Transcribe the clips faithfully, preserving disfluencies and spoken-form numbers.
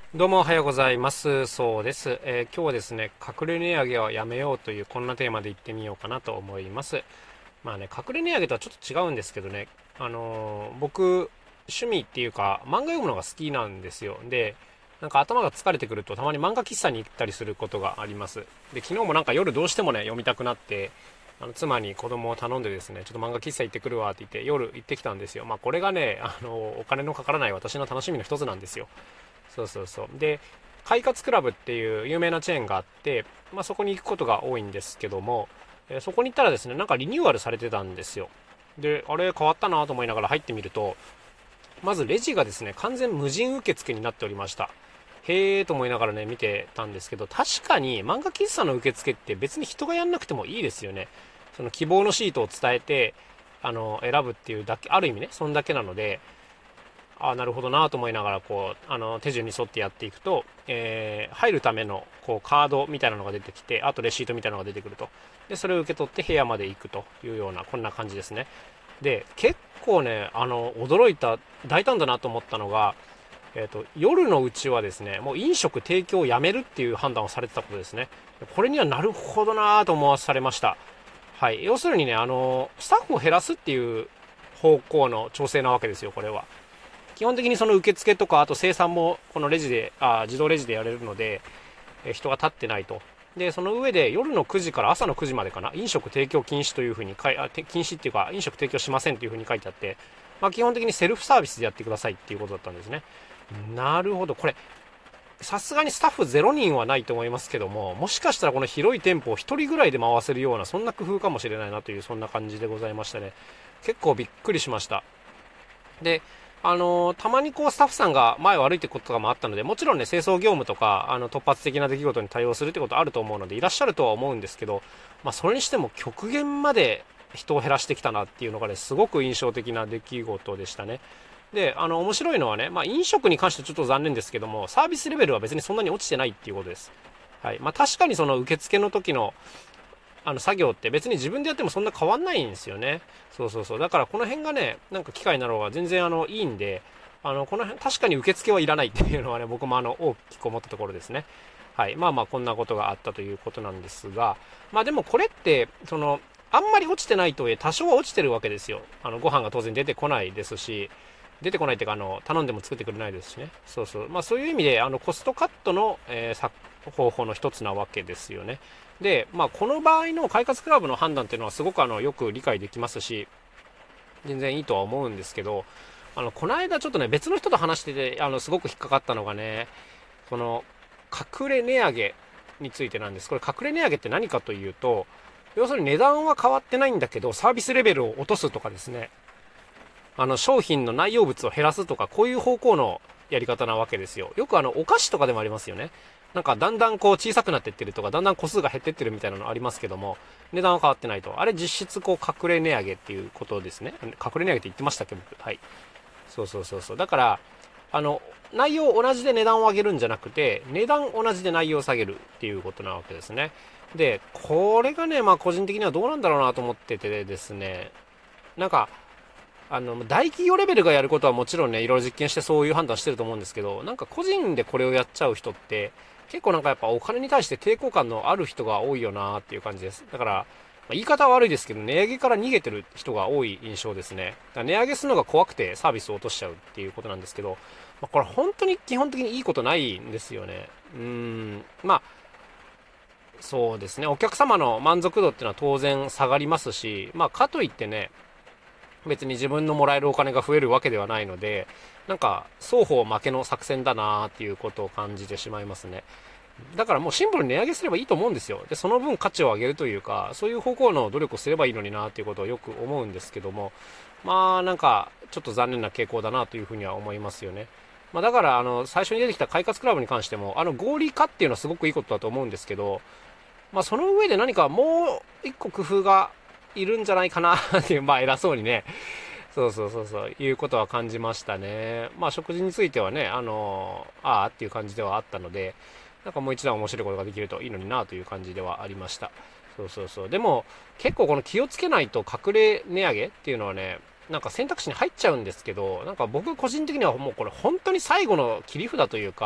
どうもおはようございます。そうです。えー今日はですね、隠れ値上げはやめようというこんなテーマで言ってみようかなと思います。まあね、隠れ値上げとはちょっと違うんですけどね、あのー僕、趣味っていうか漫画読むのが好きなんですよ。で、なんか頭が疲れてくるとたまに漫画喫茶に行ったりすることがあります。で、昨日もなんか夜どうしてもね、読みたくなって、あの妻に子供を頼んでですね、ちょっと漫画喫茶行ってくるわって言って夜行ってきたんですよ。まあこれがね、あのお金のかからない私の楽しみの一つなんですよ。そうそうそう。で、快活クラブっていう有名なチェーンがあって、まあ、そこに行くことが多いんですけども、えーそこに行ったらですね、なんかリニューアルされてたんですよ。で、あれ変わったなと思いながら入ってみると、まずレジがですね、完全無人受付になっておりました。へーと思いながらね、見てたんですけど、確かに漫画喫茶の受付って別に人がやんなくてもいいですよね。その希望のシートを伝えて、あの、選ぶっていうだけ、ある意味ね、そんだけなので、ああなるほどなと思いながらこうあの手順に沿ってやっていくと、えー入るためのこうカードみたいなのが出てきて、あとレシートみたいなのが出てくると。でそれを受け取って部屋まで行くというようなこんな感じですね。で結構ねあの驚いた、大胆だなと思ったのが、えーと、夜のうちはですねもう飲食提供をやめるっていう判断をされてたことですね。これにはなるほどなと思わされました。はい、要するにねあのスタッフを減らすっていう方向の調整なわけですよ。これは基本的にその受付とか、あと生産もこのレジで、あ自動レジでやれるので、え人が立ってないと。で、その上で夜のくじから朝のくじまでかな、飲食提供禁止というふうに書い、あ禁止っていうか、飲食提供しませんというふうに書いてあって、まあ、基本的にセルフサービスでやってくださいっていうことだったんですね。なるほど。これ、さすがにスタッフゼロにんはないと思いますけども、もしかしたらこの広い店舗をひとりぐらいで回せるような、そんな工夫かもしれないなという、そんな感じでございましたね。結構びっくりしました。で、あのーたまにこうスタッフさんが前を歩いていくこととかもあったので、もちろんね、清掃業務とか、あの突発的な出来事に対応するってことあると思うので、いらっしゃるとは思うんですけど、まあ、それにしても極限まで人を減らしてきたなっていうのがね、すごく印象的な出来事でしたね。で、あの、面白いのはね、まあ、飲食に関してちょっと残念ですけども、サービスレベルは別にそんなに落ちてないっていうことです。はい。まあ、確かにその受付の時のあの作業って別に自分でやってもそんな変わんないんですよね。そうそうそう。だからこの辺がね、なんか機械になろうが全然あのいいんで、あの、この辺、確かに受付はいらないっていうのはね、僕もあの、大きく思ったところですね。はい。まあまあ、こんなことがあったということなんですが、まあでもこれって、その、あんまり落ちてないとはいえ、多少は落ちてるわけですよ。あの、ご飯が当然出てこないですし、出てこないっていうか、あの、頼んでも作ってくれないですしね。そうそう。まあそういう意味で、あの、コストカットの、えー方法の一つなわけですよね。で、まあ、この場合の快活クラブの判断っていうのはすごくあのよく理解できますし、全然いいとは思うんですけど、あのこの間ちょっとね別の人と話してて、あのすごく引っかかったのがね、この隠れ値上げについてなんです。これ隠れ値上げって何かというと、要するに値段は変わってないんだけどサービスレベルを落とすとかですね、あの商品の内容物を減らすとか、こういう方向のやり方なわけですよ。よくあのお菓子とかでもありますよね。なんかだんだんこう小さくなってってるとか、だんだん個数が減ってってるみたいなのありますけども、値段は変わってないと。あれ実質こう隠れ値上げっていうことですね。隠れ値上げって言ってましたっけ僕。はい。そうそうそうそう。だから、あの、内容同じで値段を上げるんじゃなくて、値段同じで内容を下げるっていうことなわけですね。で、これがね、まあ個人的にはどうなんだろうなと思っててですね、なんか、あの大企業レベルがやることはもちろんねいろいろ実験してそういう判断してると思うんですけど、なんか個人でこれをやっちゃう人って結構なんかやっぱお金に対して抵抗感のある人が多いよなっていう感じです。だから、まあ、言い方は悪いですけど値上げから逃げてる人が多い印象ですね。だから値上げするのが怖くてサービスを落としちゃうっていうことなんですけど、まあ、これ本当に基本的にいいことないんですよね。うーんまあそうですね、お客様の満足度っていうのは当然下がりますし、まあかといってね、別に自分のもらえるお金が増えるわけではないので、なんか双方負けの作戦だなーっていうことを感じてしまいますね。だからもうシンプルに値上げすればいいと思うんですよ。でその分価値を上げるというか、そういう方向の努力をすればいいのになっていうことをよく思うんですけども、まあなんかちょっと残念な傾向だなというふうには思いますよね。まあ、だからあの最初に出てきた快活クラブに関しても、あの合理化っていうのはすごくいいことだと思うんですけど、まあ、その上で何かもう一個工夫がいるんじゃないかなっていう、まあ偉そうにね、そうそうそうそう、いうことは感じましたね。まあ食事についてはね、あのー、ああっていう感じではあったので、なんかもう一段面白いことができるといいのになという感じではありました。そうそうそう。でも結構この気をつけないと隠れ値上げっていうのはね、なんか選択肢に入っちゃうんですけど、なんか僕個人的にはもうこれ本当に最後の切り札というか、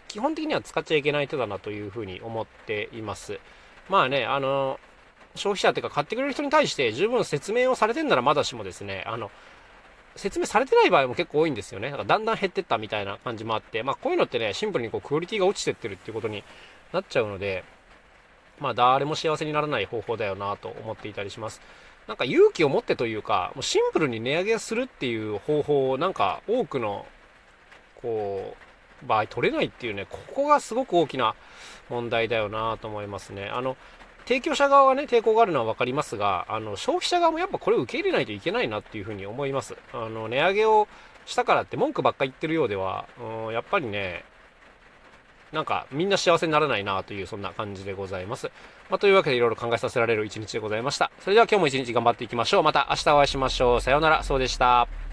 基本的には使っちゃいけない手だなというふうに思っています。まあね、あの、消費者というか買ってくれる人に対して十分説明をされてんならまだしもですね、あの、説明されてない場合も結構多いんですよね。だからだんだん減ってったみたいな感じもあって、まあこういうのってね、シンプルにこうクオリティが落ちてってるっていうことになっちゃうので、まあ誰も幸せにならない方法だよなと思っていたりします。なんか勇気を持ってというか、もうシンプルに値上げするっていう方法をなんか多くのこう場合取れないっていうね、ここがすごく大きな問題だよなと思いますね。あの提供者側はね抵抗があるのは分かりますが、あの消費者側もやっぱこれを受け入れないといけないなっていうふうに思います。あの値上げをしたからって文句ばっか言ってるようでは、うん、やっぱりね、なんかみんな幸せにならないなという、そんな感じでございます。まあ、というわけでいろいろ考えさせられる一日でございました。それでは今日も一日頑張っていきましょう。また明日お会いしましょう。さようなら。そうでした。